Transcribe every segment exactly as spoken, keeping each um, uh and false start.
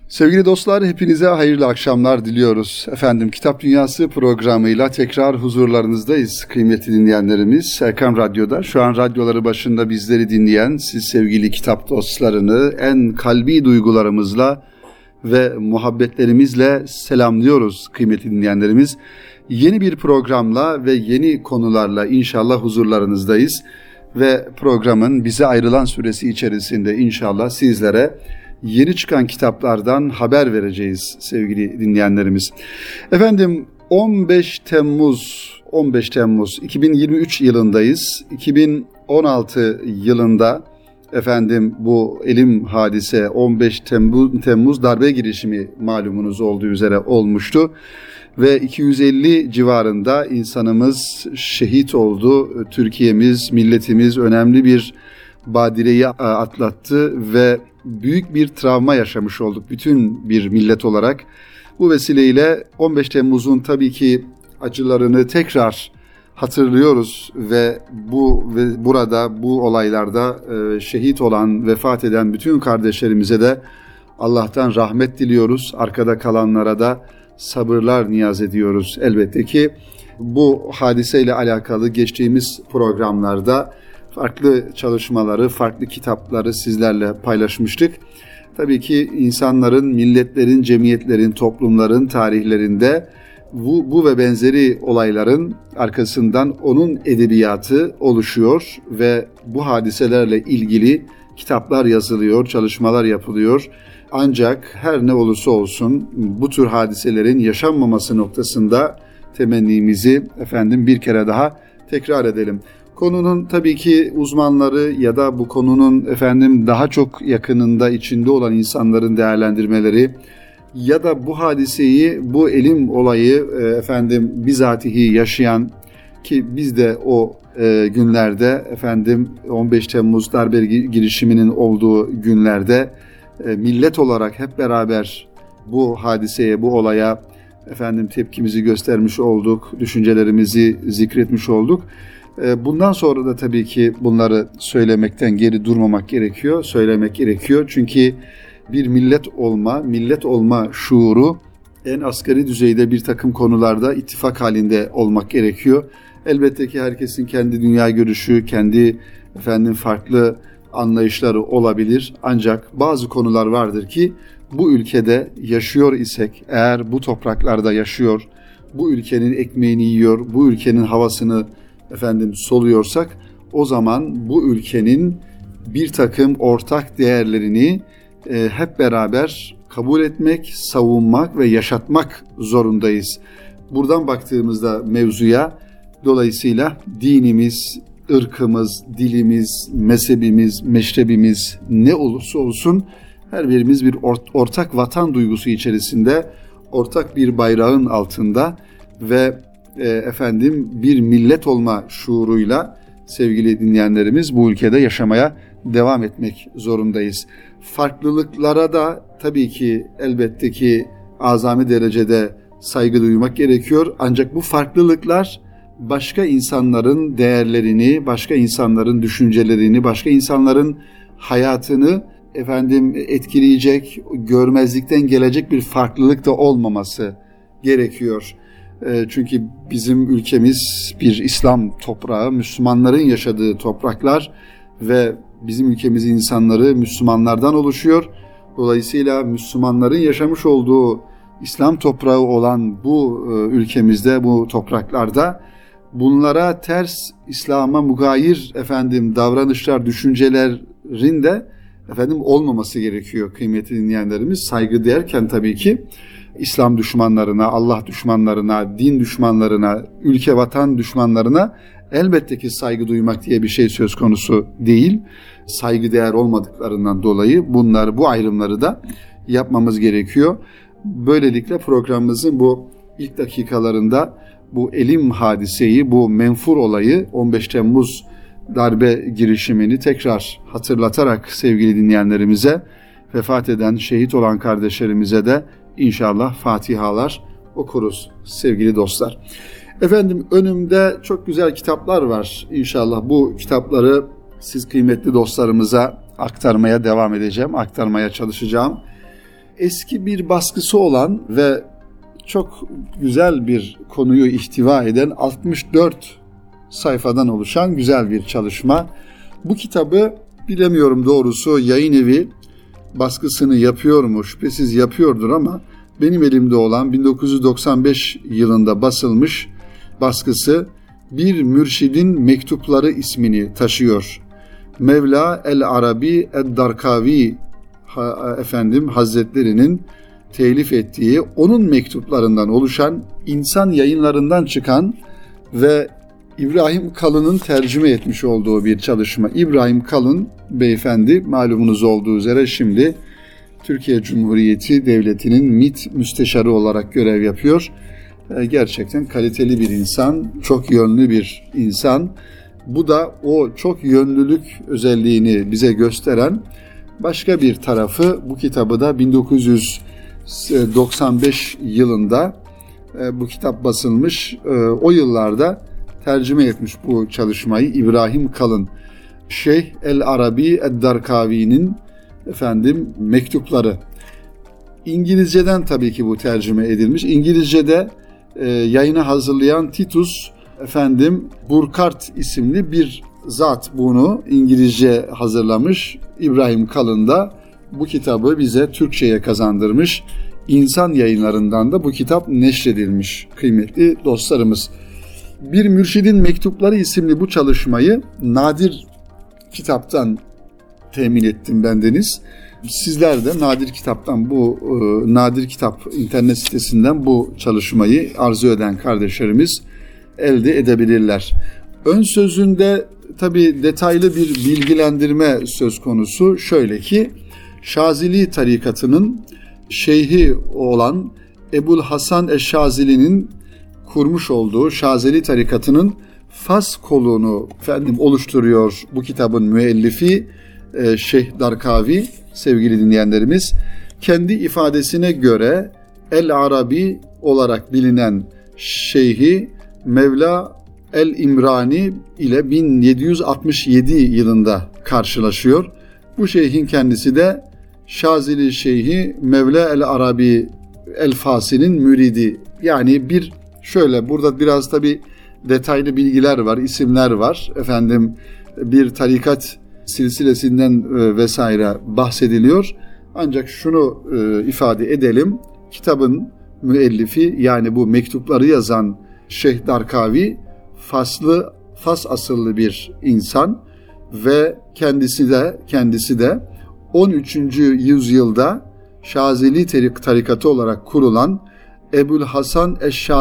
Sevgili dostlar, hepinize hayırlı akşamlar diliyoruz. Efendim, Kitap Dünyası programıyla tekrar huzurlarınızdayız kıymetli dinleyenlerimiz. Erkam Radyo'da şu an radyoları başında bizleri dinleyen siz sevgili kitap dostlarını en kalbi duygularımızla ve muhabbetlerimizle selamlıyoruz kıymetli dinleyenlerimiz. Yeni bir programla ve yeni konularla inşallah huzurlarınızdayız ve programın bize ayrılan süresi içerisinde inşallah sizlere yeni çıkan kitaplardan haber vereceğiz sevgili dinleyenlerimiz. Efendim on beş Temmuz on beş Temmuz iki bin yirmi üç yılındayız. iki bin on altı yılında efendim bu elim hadise on beş Temmuz, Temmuz darbe girişimi malumunuz olduğu üzere olmuştu. Ve iki yüz elli civarında insanımız şehit oldu. Türkiye'miz, milletimiz önemli bir badireyi atlattı ve büyük bir travma yaşamış olduk bütün bir millet olarak. Bu vesileyle on beş Temmuz'un tabii ki acılarını tekrar hatırlıyoruz ve bu ve burada bu olaylarda e, şehit olan, vefat eden bütün kardeşlerimize de Allah'tan rahmet diliyoruz. Arkada kalanlara da sabırlar niyaz ediyoruz. Elbette ki bu hadiseyle alakalı geçtiğimiz programlarda farklı çalışmaları, farklı kitapları sizlerle paylaşmıştık. Tabii ki insanların, milletlerin, cemiyetlerin, toplumların tarihlerinde bu, bu ve benzeri olayların arkasından onun edebiyatı oluşuyor ve bu hadiselerle ilgili kitaplar yazılıyor, çalışmalar yapılıyor. Ancak her ne olursa olsun bu tür hadiselerin yaşanmaması noktasında temennimizi efendim bir kere daha tekrar edelim. Konunun tabii ki uzmanları ya da bu konunun efendim daha çok yakınında içinde olan insanların değerlendirmeleri ya da bu hadiseyi, bu elim olayı efendim bizatihi yaşayan ki biz de o e, günlerde efendim on beş Temmuz darbe girişiminin olduğu günlerde e, millet olarak hep beraber bu hadiseye, bu olaya efendim tepkimizi göstermiş olduk, düşüncelerimizi zikretmiş olduk. Bundan sonra da tabii ki bunları söylemekten geri durmamak gerekiyor, söylemek gerekiyor. Çünkü bir millet olma, millet olma şuuru en asgari düzeyde bir takım konularda ittifak halinde olmak gerekiyor. Elbette ki herkesin kendi dünya görüşü, kendi efendim farklı anlayışları olabilir. Ancak bazı konular vardır ki bu ülkede yaşıyor isek, eğer bu topraklarda yaşıyor, bu ülkenin ekmeğini yiyor, bu ülkenin havasını efendim soluyorsak o zaman bu ülkenin bir takım ortak değerlerini e, hep beraber kabul etmek, savunmak ve yaşatmak zorundayız. Buradan baktığımızda mevzuya dolayısıyla dinimiz, ırkımız, dilimiz, mezhebimiz, meşrebimiz ne olursa olsun her birimiz bir ortak vatan duygusu içerisinde, ortak bir bayrağın altında ve E, efendim bir millet olma şuuruyla sevgili dinleyenlerimiz bu ülkede yaşamaya devam etmek zorundayız. Farklılıklara da tabii ki elbette ki azami derecede saygı duymak gerekiyor. Ancak bu farklılıklar başka insanların değerlerini, başka insanların düşüncelerini, başka insanların hayatını efendim etkileyecek, görmezlikten gelecek bir farklılık da olmaması gerekiyor. Çünkü bizim ülkemiz bir İslam toprağı, Müslümanların yaşadığı topraklar ve bizim ülkemizin insanları Müslümanlardan oluşuyor. Dolayısıyla Müslümanların yaşamış olduğu İslam toprağı olan bu ülkemizde, bu topraklarda bunlara ters, İslam'a mugayir efendim davranışlar, düşüncelerin de efendim olmaması gerekiyor kıymetli dinleyenlerimiz. Saygı derken tabii ki İslam düşmanlarına, Allah düşmanlarına, din düşmanlarına, ülke vatan düşmanlarına elbette ki saygı duymak diye bir şey söz konusu değil. Saygıdeğer olmadıklarından dolayı bunları, bu ayrımları da yapmamız gerekiyor. Böylelikle programımızın bu ilk dakikalarında bu elim hadiseyi, bu menfur olayı on beş Temmuz darbe girişimini tekrar hatırlatarak sevgili dinleyenlerimize, vefat eden, şehit olan kardeşlerimize de İnşallah fatihalar okuruz sevgili dostlar. Efendim önümde çok güzel kitaplar var. İnşallah bu kitapları siz kıymetli dostlarımıza aktarmaya devam edeceğim, aktarmaya çalışacağım. eski bir baskısı olan ve çok güzel bir konuyu ihtiva eden altmış dört sayfadan oluşan güzel bir çalışma. Bu kitabı bilemiyorum doğrusu yayın evi baskısını yapıyor mu? Şüphesiz yapıyordur ama benim elimde olan bin dokuz yüz doksan beş yılında basılmış baskısı Bir Mürşidin Mektupları ismini taşıyor. Mevla el-Arabi ed-Darkavi efendim Hazretlerinin telif ettiği, onun mektuplarından oluşan, insan yayınlarından çıkan ve İbrahim Kalın'ın tercüme etmiş olduğu bir çalışma. İbrahim Kalın beyefendi malumunuz olduğu üzere şimdi Türkiye Cumhuriyeti Devleti'nin MİT müsteşarı olarak görev yapıyor. Gerçekten kaliteli bir insan, çok yönlü bir insan. Bu da o çok yönlülük özelliğini bize gösteren başka bir tarafı. Bu kitabı da bin dokuz yüz doksan beş yılında bu kitap basılmış. O yıllarda tercüme etmiş bu çalışmayı İbrahim Kalın. Şeyh el-Arabi ed-Darkavi'nin efendim mektupları. İngilizceden tabii ki bu tercüme edilmiş. İngilizce'de e, yayını hazırlayan Titus efendim Burkhardt isimli bir zat bunu İngilizce hazırlamış. İbrahim Kalın da bu kitabı bize Türkçe'ye kazandırmış. İnsan Yayınlarından da bu kitap neşredilmiş kıymetli dostlarımız. Bir Mürşidin Mektupları isimli bu çalışmayı Nadir Kitap'tan temin ettim bendeniz. Sizler de Nadir Kitap'tan bu e, Nadir Kitap internet sitesinden bu çalışmayı arzu eden kardeşlerimiz elde edebilirler. Ön sözünde tabii detaylı bir bilgilendirme söz konusu. Şöyle ki Şazili tarikatının şeyhi olan Ebul Hasan Eşşazili'nin kurmuş olduğu Şazeli tarikatının Fas kolunu efendim oluşturuyor bu kitabın müellifi e, Şeyh Darkavi sevgili dinleyenlerimiz. Kendi ifadesine göre El-Arabi olarak bilinen şeyhi Mevla el-İmrani ile bin yedi yüz altmış yedi yılında karşılaşıyor. Bu şeyhin kendisi de Şazili Şeyhi Mevla el-Arabi el-Fasi'nin müridi. Yani bir şöyle burada biraz tabi detaylı bilgiler var, isimler var. Efendim bir tarikat silsilesinden vesaire bahsediliyor. Ancak şunu e, ifade edelim. Kitabın müellifi yani bu mektupları yazan Şeyh Darkavi Faslı, Fas asıllı bir insan ve kendisi de kendisi de on üçüncü yüzyılda Şazeli tarikatı olarak kurulan Ebul Hasan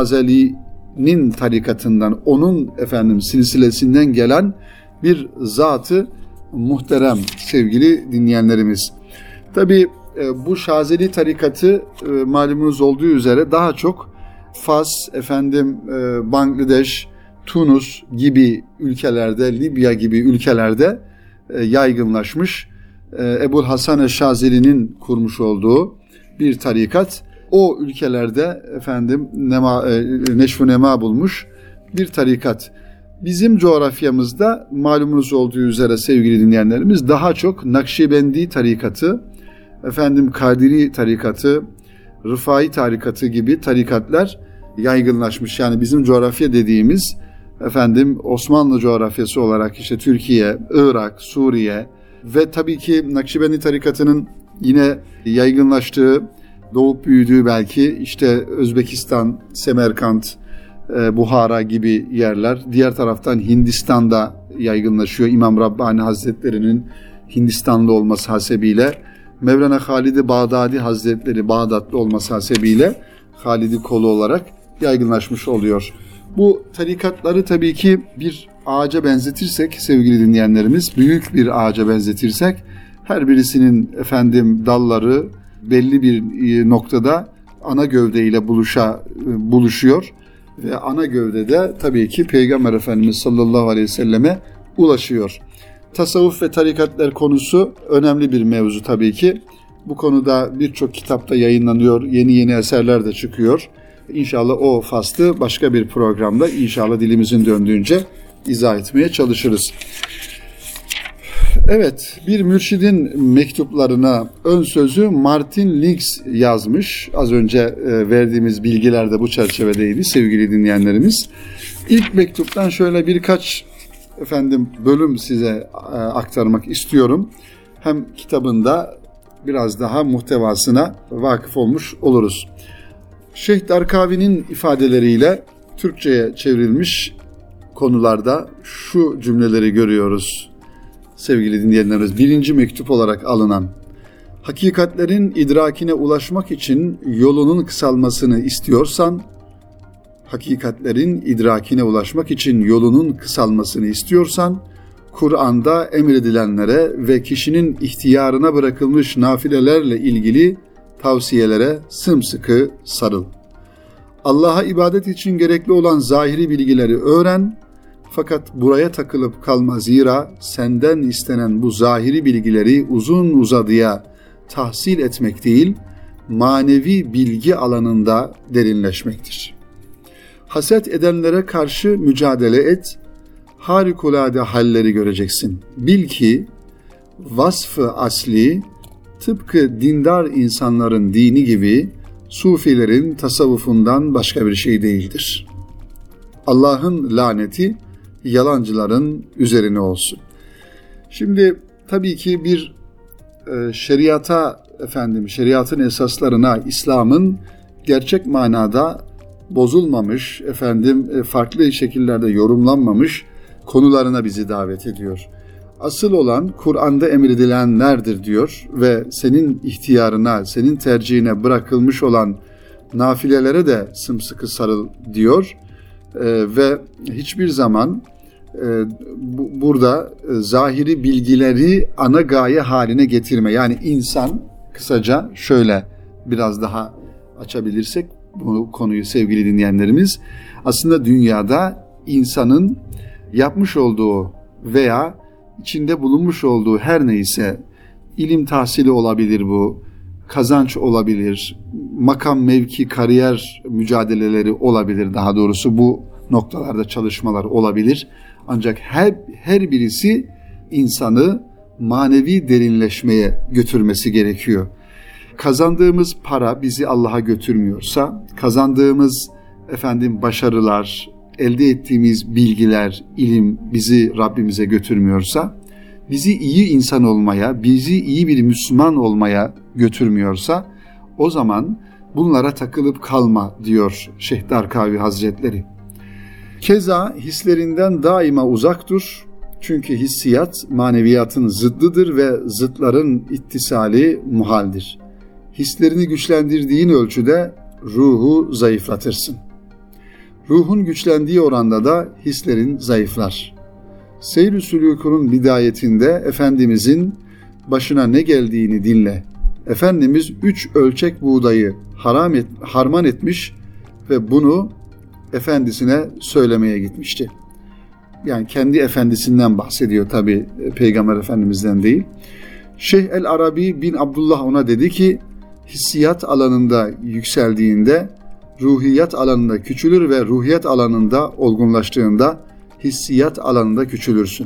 Eşşazeli'nin tarikatından, onun efendim silsilesinden gelen bir zatı muhterem sevgili dinleyenlerimiz. Tabii bu Şazeli tarikatı malumunuz olduğu üzere daha çok Fas, efendim Bangladeş, Tunus gibi ülkelerde, Libya gibi ülkelerde yaygınlaşmış. Ebul Hasan Eşşazeli'nin kurmuş olduğu bir tarikat. O ülkelerde efendim nema, neşv-ü nema bulmuş bir tarikat. Bizim coğrafyamızda malumunuz olduğu üzere sevgili dinleyenlerimiz daha çok Nakşibendi tarikatı, efendim Kadiri tarikatı, Rıfai tarikatı gibi tarikatlar yaygınlaşmış. Yani bizim coğrafya dediğimiz efendim Osmanlı coğrafyası olarak işte Türkiye, Irak, Suriye ve tabii ki Nakşibendi tarikatının yine yaygınlaştığı, doğup büyüdüğü belki işte Özbekistan, Semerkant, Buhara gibi yerler. Diğer taraftan Hindistan'da yaygınlaşıyor. İmam Rabbani Hazretleri'nin Hindistanlı olması hasebiyle, Mevlana Halid-i Bağdadi Hazretleri Bağdatlı olması hasebiyle Halid-i Kolu olarak yaygınlaşmış oluyor. Bu tarikatları tabii ki bir ağaca benzetirsek sevgili dinleyenlerimiz, büyük bir ağaca benzetirsek her birisinin efendim dalları belli bir noktada ana gövdeyle buluşa buluşuyor ve ana gövdede tabii ki Peygamber Efendimiz sallallahu aleyhi ve selleme ulaşıyor. Tasavvuf ve tarikatlar konusu önemli bir mevzu tabii ki. Bu konuda birçok kitapta yayınlanıyor, yeni yeni eserler de çıkıyor. İnşallah o faslı başka bir programda inşallah dilimizin döndüğünce izah etmeye çalışırız. Evet, bir mürşidin mektuplarına ön sözü Martin Lings yazmış. Az önce e, verdiğimiz bilgiler de bu çerçevedeydi sevgili dinleyenlerimiz. İlk mektuptan şöyle birkaç efendim bölüm size e, aktarmak istiyorum. Hem kitabında biraz daha muhtevasına vakıf olmuş oluruz. Şeyh Darkavi'nin ifadeleriyle Türkçe'ye çevrilmiş konularda şu cümleleri görüyoruz. Sevgili dinleyenlerimiz, birinci mektup olarak alınan, hakikatlerin idrakine ulaşmak için yolunun kısalmasını istiyorsan, hakikatlerin idrakine ulaşmak için yolunun kısalmasını istiyorsan, Kur'an'da emredilenlere ve kişinin ihtiyarına bırakılmış nafilelerle ilgili tavsiyelere sımsıkı sarıl. Allah'a ibadet için gerekli olan zahiri bilgileri öğren, fakat buraya takılıp kalma, zira senden istenen bu zahiri bilgileri uzun uzadıya tahsil etmek değil, manevi bilgi alanında derinleşmektir. Haset edenlere karşı mücadele et, harikulade halleri göreceksin. Bil ki vasfı asli tıpkı dindar insanların dini gibi sufilerin tasavvufundan başka bir şey değildir. Allah'ın laneti yalancıların üzerine olsun. Şimdi tabii ki bir e, şeriata efendim şeriatın esaslarına, İslam'ın gerçek manada bozulmamış, efendim e, farklı şekillerde yorumlanmamış konularına bizi davet ediyor. Asıl olan Kur'an'da emredilenlerdir diyor ve senin ihtiyarına, senin tercihine bırakılmış olan nafilelere de sımsıkı sarıl diyor. Ee, ve hiçbir zaman e, bu, burada e, zahiri bilgileri ana gaye haline getirme. Yani insan, kısaca şöyle biraz daha açabilirsek bu konuyu sevgili dinleyenlerimiz, aslında dünyada insanın yapmış olduğu veya içinde bulunmuş olduğu her neyse, ilim tahsili olabilir bu, kazanç olabilir, makam, mevki, kariyer mücadeleleri olabilir, daha doğrusu bu noktalarda çalışmalar olabilir. Ancak her, her birisi insanı manevi derinleşmeye götürmesi gerekiyor. Kazandığımız para bizi Allah'a götürmüyorsa, kazandığımız efendim başarılar, elde ettiğimiz bilgiler, ilim bizi Rabbimize götürmüyorsa, bizi iyi insan olmaya, bizi iyi bir Müslüman olmaya götürmüyorsa, o zaman bunlara takılıp kalma diyor Şeyh Darkavi Hazretleri. Keza hislerinden daima uzak dur. Çünkü hissiyat maneviyatın zıddıdır ve zıtların ittisali muhaldir. Hislerini güçlendirdiğin ölçüde ruhu zayıflatırsın. Ruhun güçlendiği oranda da hislerin zayıflar. Seyr-i Sülûk'un bidayetinde Efendimizin başına ne geldiğini dinle. Efendimiz üç ölçek buğdayı haram et, harman etmiş ve bunu efendisine söylemeye gitmişti. Yani kendi efendisinden bahsediyor tabi, Peygamber Efendimiz'den değil. Şeyh el-Arabi bin Abdullah ona dedi ki, hissiyat alanında yükseldiğinde ruhiyat alanında küçülür ve ruhiyat alanında olgunlaştığında hissiyat alanında küçülürsün.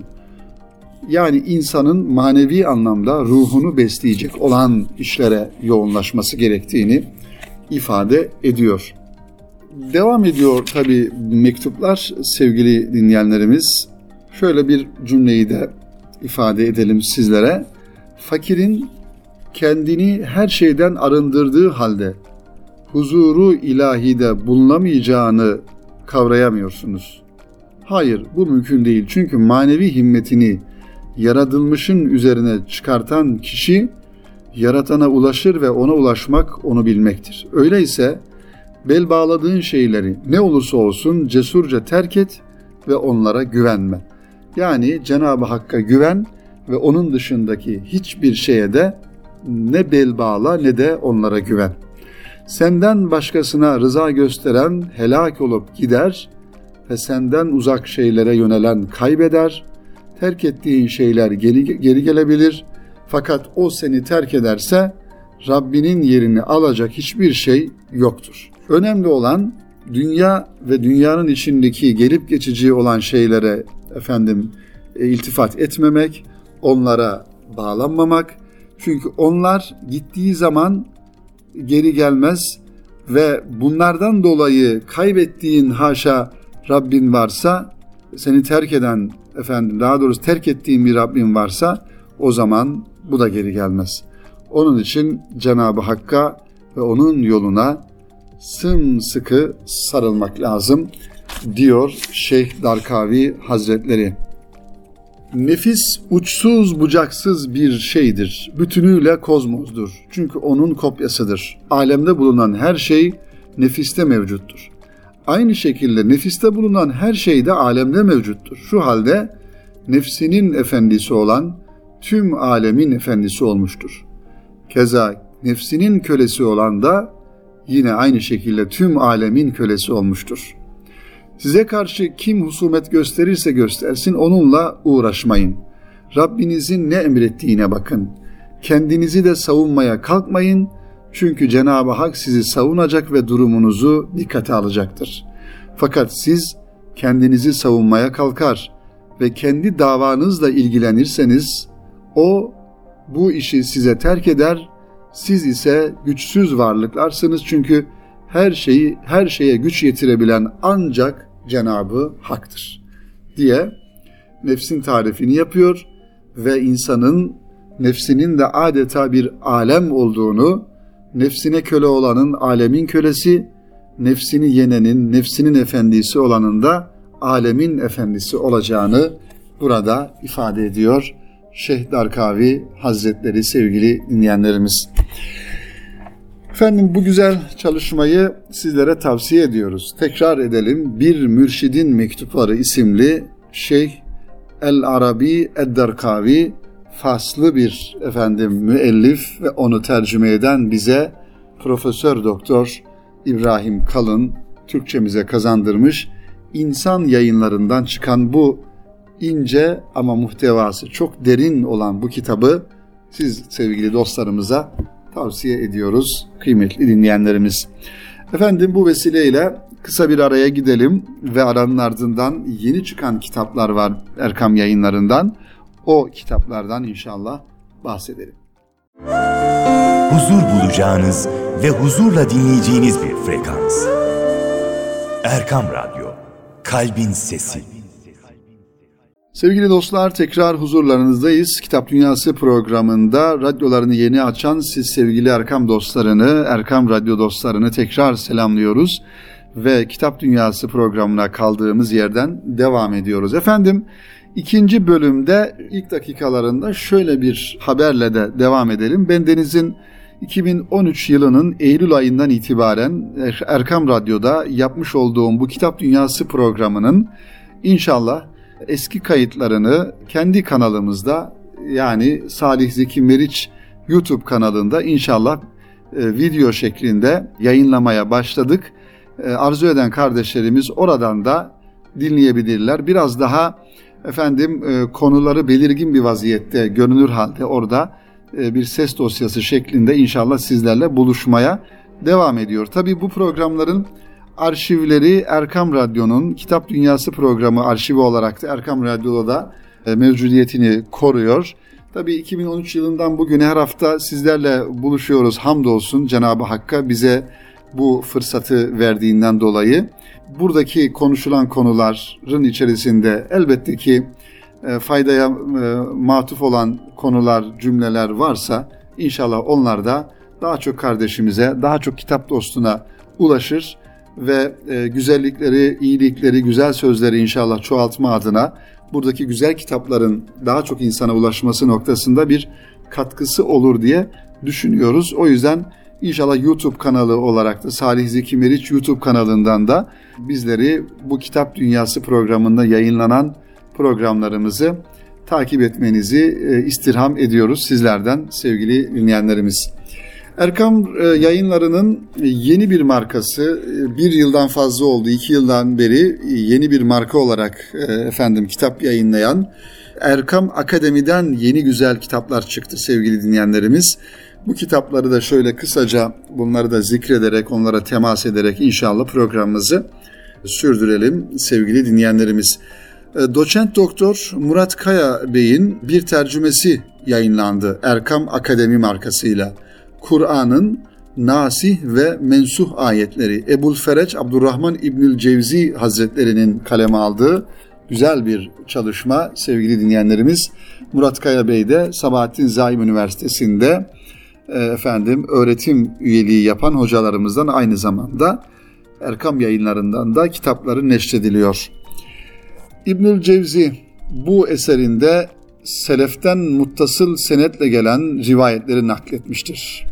Yani insanın manevi anlamda ruhunu besleyecek olan işlere yoğunlaşması gerektiğini ifade ediyor. Devam ediyor tabii mektuplar sevgili dinleyenlerimiz. Şöyle bir cümleyi de ifade edelim sizlere. Fakirin kendini her şeyden arındırdığı halde huzuru ilahide bulunamayacağını kavrayamıyorsunuz. Hayır, bu mümkün değil. Çünkü manevi himmetini yaratılmışın üzerine çıkartan kişi yaratana ulaşır ve ona ulaşmak onu bilmektir. Öyleyse bel bağladığın şeyleri ne olursa olsun cesurca terk et ve onlara güvenme. Yani Cenab-ı Hakk'a güven ve onun dışındaki hiçbir şeye de ne bel bağla ne de onlara güven. Senden başkasına rıza gösteren helak olup gider ve senden uzak şeylere yönelen kaybeder. Terk ettiğin şeyler geri, geri gelebilir. Fakat o seni terk ederse Rabbinin yerini alacak hiçbir şey yoktur. Önemli olan dünya ve dünyanın içindeki gelip geçici olan şeylere efendim e, iltifat etmemek, onlara bağlanmamak. Çünkü onlar gittiği zaman geri gelmez ve bunlardan dolayı kaybettiğin haşa Rabbin varsa, seni terk eden, efendim daha doğrusu terk ettiğin bir Rabbin varsa o zaman bu da geri gelmez. Onun için Cenab-ı Hakk'a ve onun yoluna sımsıkı sarılmak lazım diyor Şeyh Darkavi Hazretleri. Nefis uçsuz bucaksız bir şeydir. Bütünüyle kozmosdur. Çünkü onun kopyasıdır. Alemde bulunan her şey nefiste mevcuttur. Aynı şekilde nefiste bulunan her şey de alemde mevcuttur. Şu halde nefsinin efendisi olan tüm alemin efendisi olmuştur. Keza nefsinin kölesi olan da yine aynı şekilde tüm alemin kölesi olmuştur. Size karşı kim husumet gösterirse göstersin onunla uğraşmayın. Rabbinizin ne emrettiğine bakın. Kendinizi de savunmaya kalkmayın. Çünkü Cenab-ı Hak sizi savunacak ve durumunuzu dikkate alacaktır. Fakat siz kendinizi savunmaya kalkar ve kendi davanızla ilgilenirseniz o bu işi size terk eder. Siz ise güçsüz varlıklarsınız çünkü her şeyi her şeye güç yetirebilen ancak Cenab-ı Hak'tır diye nefsin tarifini yapıyor ve insanın nefsinin de adeta bir alem olduğunu, nefsine köle olanın alemin kölesi, nefsini yenenin, nefsinin efendisi olanın da alemin efendisi olacağını burada ifade ediyor Şeyh Darkavi Hazretleri sevgili dinleyenlerimiz. Efendim bu güzel çalışmayı sizlere tavsiye ediyoruz. Tekrar edelim. Bir Mürşidin Mektupları isimli Şeyh El-Arabi Ed-Darkavi faslı bir efendim müellif ve onu tercüme eden bize Profesör Doktor İbrahim Kalın Türkçemize kazandırmış. İnsan Yayınlarından çıkan bu ince ama muhtevası çok derin olan bu kitabı siz sevgili dostlarımıza tavsiye ediyoruz kıymetli dinleyenlerimiz. Efendim bu vesileyle kısa bir araya gidelim ve aranın ardından yeni çıkan kitaplar var Erkam Yayınlarından. O kitaplardan inşallah bahsedelim. Huzur bulacağınız ve huzurla dinleyeceğiniz bir frekans. Erkam Radyo, Kalbin Sesi. Sevgili dostlar, tekrar huzurlarınızdayız. Kitap Dünyası programında radyolarını yeni açan siz sevgili Erkam dostlarını, Erkam Radyo dostlarını tekrar selamlıyoruz. Ve Kitap Dünyası programına kaldığımız yerden devam ediyoruz. Efendim, ikinci bölümde ilk dakikalarında şöyle bir haberle de devam edelim. Bendeniz'in iki bin on üç yılının Eylül ayından itibaren Erkam Radyo'da yapmış olduğum bu Kitap Dünyası programının inşallah eski kayıtlarını kendi kanalımızda, yani Salih Zeki Meriç YouTube kanalında inşallah e, video şeklinde yayınlamaya başladık. E, arzu eden kardeşlerimiz oradan da dinleyebilirler. Biraz daha efendim e, konuları belirgin bir vaziyette görünür halde orada e, bir ses dosyası şeklinde inşallah sizlerle buluşmaya devam ediyor. Tabii bu programların arşivleri Erkam Radyo'nun Kitap Dünyası programı arşivi olarak da Erkam Radyo'da da e, mevcudiyetini koruyor. Tabii iki bin on üç yılından bugüne her hafta sizlerle buluşuyoruz. Hamdolsun Cenab-ı Hakk'a bize bu fırsatı verdiğinden dolayı. Buradaki konuşulan konuların içerisinde elbette ki e, faydaya e, matuf olan konular, cümleler varsa inşallah onlar da daha çok kardeşimize, daha çok kitap dostuna ulaşır ve e, güzellikleri, iyilikleri, güzel sözleri inşallah çoğaltma adına buradaki güzel kitapların daha çok insana ulaşması noktasında bir katkısı olur diye düşünüyoruz. O yüzden İnşallah YouTube kanalı olarak da Salih Zeki Meriç YouTube kanalından da bizleri bu Kitap Dünyası programında yayınlanan programlarımızı takip etmenizi istirham ediyoruz sizlerden sevgili dinleyenlerimiz. Erkam Yayınları'nın yeni bir markası, bir yıldan fazla oldu, iki yıldan beri yeni bir marka olarak efendim kitap yayınlayan Erkam Akademi'den yeni güzel kitaplar çıktı sevgili dinleyenlerimiz. Bu kitapları da şöyle kısaca bunları da zikrederek, onlara temas ederek inşallah programımızı sürdürelim sevgili dinleyenlerimiz. Doçent Doktor Murat Kaya Bey'in bir tercümesi yayınlandı Erkam Akademi markasıyla. Kur'an'ın nasih ve mensuh ayetleri, Ebu'l-Fereç Abdurrahman İbnül Cevzi Hazretleri'nin kaleme aldığı güzel bir çalışma sevgili dinleyenlerimiz. Murat Kaya Bey de Sabahattin Zaim Üniversitesi'nde e, efendim öğretim üyeliği yapan hocalarımızdan, aynı zamanda Erkam Yayınlarından da kitapları neşrediliyor. İbnül Cevzi bu eserinde seleften muttasıl senetle gelen rivayetleri nakletmiştir.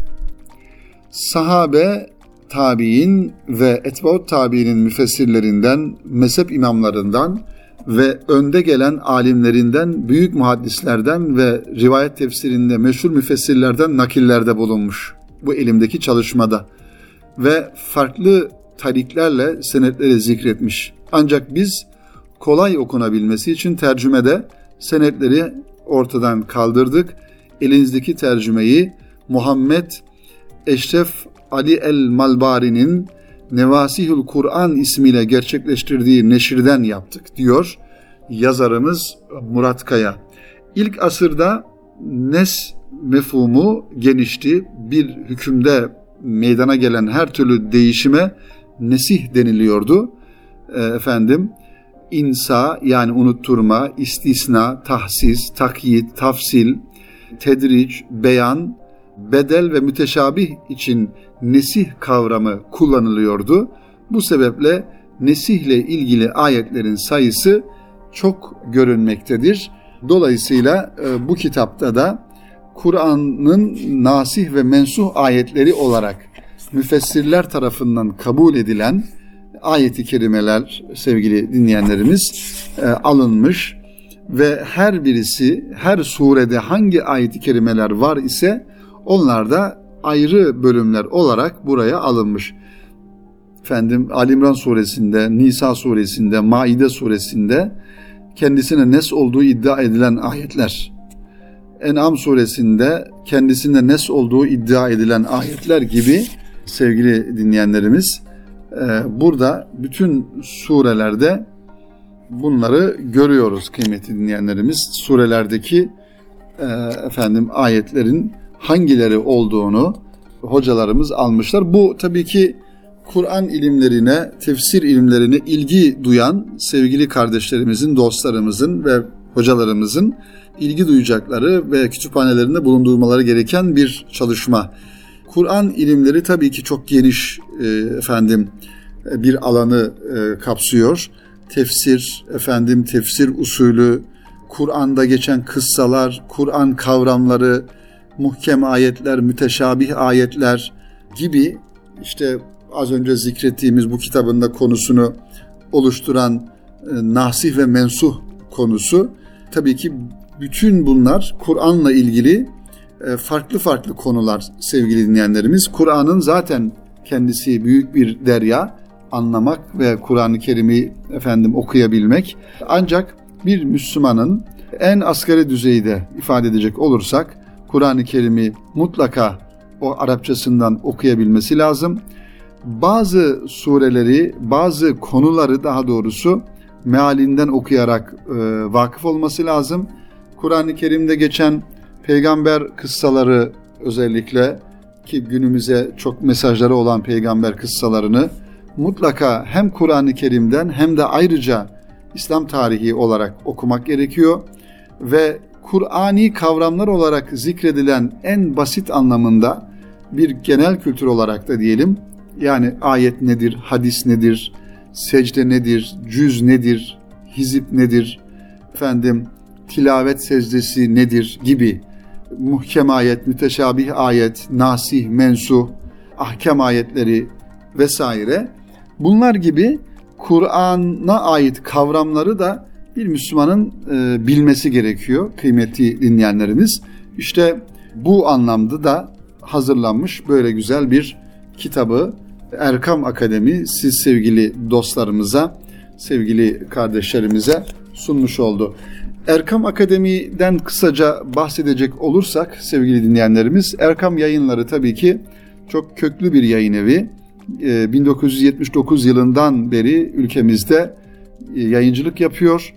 Sahabe, tabiin ve etbaut tabiinin müfessirlerinden, mezhep imamlarından ve önde gelen alimlerinden, büyük muhaddislerden ve rivayet tefsirinde meşhur müfessirlerden nakillerde bulunmuş bu elimdeki çalışmada ve farklı tariklerle senetleri zikretmiş. Ancak biz kolay okunabilmesi için tercümede senetleri ortadan kaldırdık. Elinizdeki tercümeyi Muhammed Eşref Ali el-Malbari'nin Nevasihül Kur'an ismiyle gerçekleştirdiği neşirden yaptık diyor yazarımız Murat Kaya. İlk asırda nes mefhumu genişti. Bir hükümde meydana gelen her türlü değişime nesih deniliyordu. E, efendim insa yani unutturma, istisna, tahsis, takyit, tafsil, tedric, beyan, bedel ve müteşabih için nesih kavramı kullanılıyordu. Bu sebeple nesihle ilgili ayetlerin sayısı çok görünmektedir. Dolayısıyla e, bu kitapta da Kur'an'ın nasih ve mensuh ayetleri olarak müfessirler tarafından kabul edilen ayet-i kerimeler sevgili dinleyenlerimiz e, alınmış ve her birisi, her surede hangi ayet-i kerimeler var ise onlar da ayrı bölümler olarak buraya alınmış. Efendim Ali İmran suresinde, Nisa suresinde, Maide suresinde kendisine nes olduğu iddia edilen ayetler, En'am suresinde kendisine nes olduğu iddia edilen ayetler gibi sevgili dinleyenlerimiz burada bütün surelerde bunları görüyoruz kıymetli dinleyenlerimiz. Surelerdeki efendim ayetlerin hangileri olduğunu hocalarımız almışlar. Bu tabii ki Kur'an ilimlerine, tefsir ilimlerine ilgi duyan sevgili kardeşlerimizin, dostlarımızın ve hocalarımızın ilgi duyacakları ve kütüphanelerinde bulundurmaları gereken bir çalışma. Kur'an ilimleri tabii ki çok geniş e, efendim bir alanı e, kapsıyor. Tefsir, efendim tefsir usulü, Kur'an'da geçen kıssalar, Kur'an kavramları, muhkem ayetler, müteşabih ayetler gibi işte az önce zikrettiğimiz bu kitabın da konusunu oluşturan e, nasih ve mensuh konusu. Tabii ki bütün bunlar Kur'an'la ilgili e, farklı farklı konular sevgili dinleyenlerimiz. Kur'an'ın zaten kendisi büyük bir derya, anlamak ve Kur'an-ı Kerim'i efendim okuyabilmek. Ancak bir Müslümanın en asgari düzeyde ifade edecek olursak Kur'an-ı Kerim'i mutlaka o Arapçasından okuyabilmesi lazım. Bazı sureleri, bazı konuları daha doğrusu mealinden okuyarak e, vakıf olması lazım. Kur'an-ı Kerim'de geçen peygamber kıssaları özellikle ki günümüze çok mesajları olan peygamber kıssalarını mutlaka hem Kur'an-ı Kerim'den hem de ayrıca İslam tarihi olarak okumak gerekiyor ve Kur'ani kavramlar olarak zikredilen en basit anlamında bir genel kültür olarak da diyelim, yani ayet nedir, hadis nedir, secde nedir, cüz nedir, hizip nedir, efendim tilavet secdesi nedir gibi muhkem ayet, müteşabih ayet, nasih, mensuh, ahkam ayetleri vesaire, bunlar gibi Kur'an'a ait kavramları da bir Müslümanın e, bilmesi gerekiyor kıymetli dinleyenlerimiz. İşte bu anlamda da hazırlanmış böyle güzel bir kitabı Erkam Akademi siz sevgili dostlarımıza, sevgili kardeşlerimize sunmuş oldu. Erkam Akademi'den kısaca bahsedecek olursak sevgili dinleyenlerimiz, Erkam Yayınları tabii ki çok köklü bir yayın evi. bin dokuz yüz yetmiş dokuz yılından beri ülkemizde yayıncılık yapıyor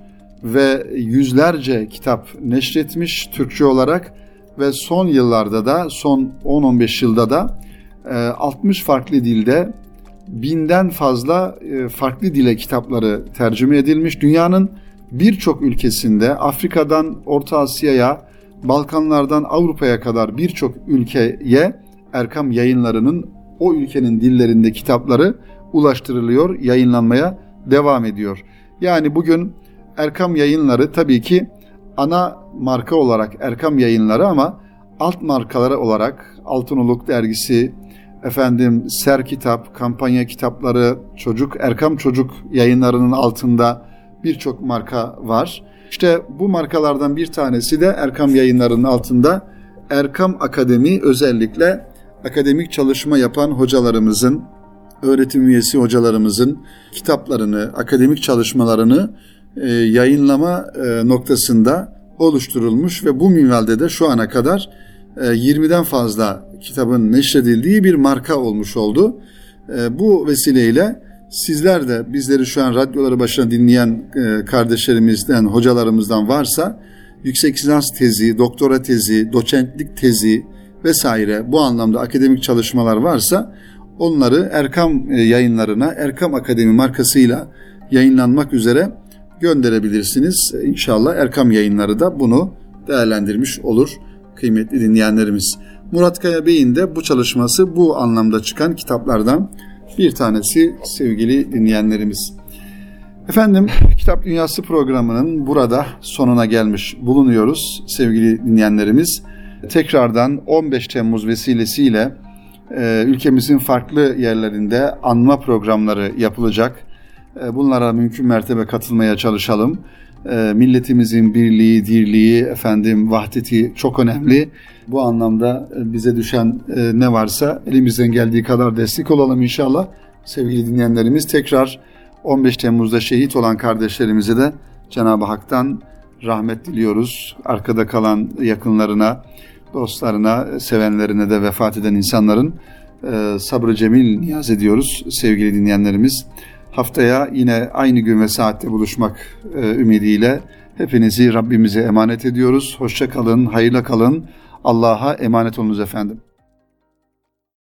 ve yüzlerce kitap neşretmiş Türkçe olarak ve son yıllarda da, son on on beş yılda da altmış farklı dilde binden fazla farklı dile kitapları tercüme edilmiş. Dünyanın birçok ülkesinde, Afrika'dan Orta Asya'ya, Balkanlardan Avrupa'ya kadar birçok ülkeye Erkam Yayınları'nın o ülkenin dillerinde kitapları ulaştırılıyor, yayınlanmaya devam ediyor. Yani bugün Erkam Yayınları tabii ki ana marka olarak Erkam Yayınları ama alt markaları olarak Altınoluk Dergisi, efendim Ser Kitap, kampanya kitapları, Çocuk, Erkam Çocuk Yayınları'nın altında birçok marka var. İşte bu markalardan bir tanesi de Erkam Yayınları'nın altında Erkam Akademi, özellikle akademik çalışma yapan hocalarımızın, öğretim üyesi hocalarımızın kitaplarını, akademik çalışmalarını e, yayınlama e, noktasında oluşturulmuş ve bu minvalde de şu ana kadar e, yirmiden fazla kitabın neşredildiği bir marka olmuş oldu. E, bu vesileyle sizler de bizleri şu an radyoları başına dinleyen e, kardeşlerimizden, hocalarımızdan varsa yüksek lisans tezi, doktora tezi, doçentlik tezi vesaire bu anlamda akademik çalışmalar varsa onları Erkam Yayınları'na, Erkam Akademi markasıyla yayınlanmak üzere gönderebilirsiniz. İnşallah Erkam Yayınları da bunu değerlendirmiş olur kıymetli dinleyenlerimiz. Murat Kaya Bey'in de bu çalışması bu anlamda çıkan kitaplardan bir tanesi sevgili dinleyenlerimiz. Efendim, Kitap Dünyası programının burada sonuna gelmiş bulunuyoruz sevgili dinleyenlerimiz. Tekrardan on beş Temmuz vesilesiyle e, ülkemizin farklı yerlerinde anma programları yapılacak. E, bunlara mümkün mertebe katılmaya çalışalım. E, milletimizin birliği, dirliği, efendim vahdeti çok önemli. Bu anlamda bize düşen e, ne varsa elimizden geldiği kadar destek olalım inşallah. Sevgili dinleyenlerimiz, tekrar on beş Temmuz'da şehit olan kardeşlerimize de Cenab-ı Hak'tan rahmet diliyoruz. Arkada kalan yakınlarına, dostlarına, sevenlerine de vefat eden insanların e, sabrı cemil niyaz ediyoruz sevgili dinleyenlerimiz. Haftaya yine aynı gün ve saatte buluşmak e, ümidiyle hepinizi Rabbimize emanet ediyoruz. Hoşça kalın, hayırla kalın. Allah'a emanet olunuz efendim.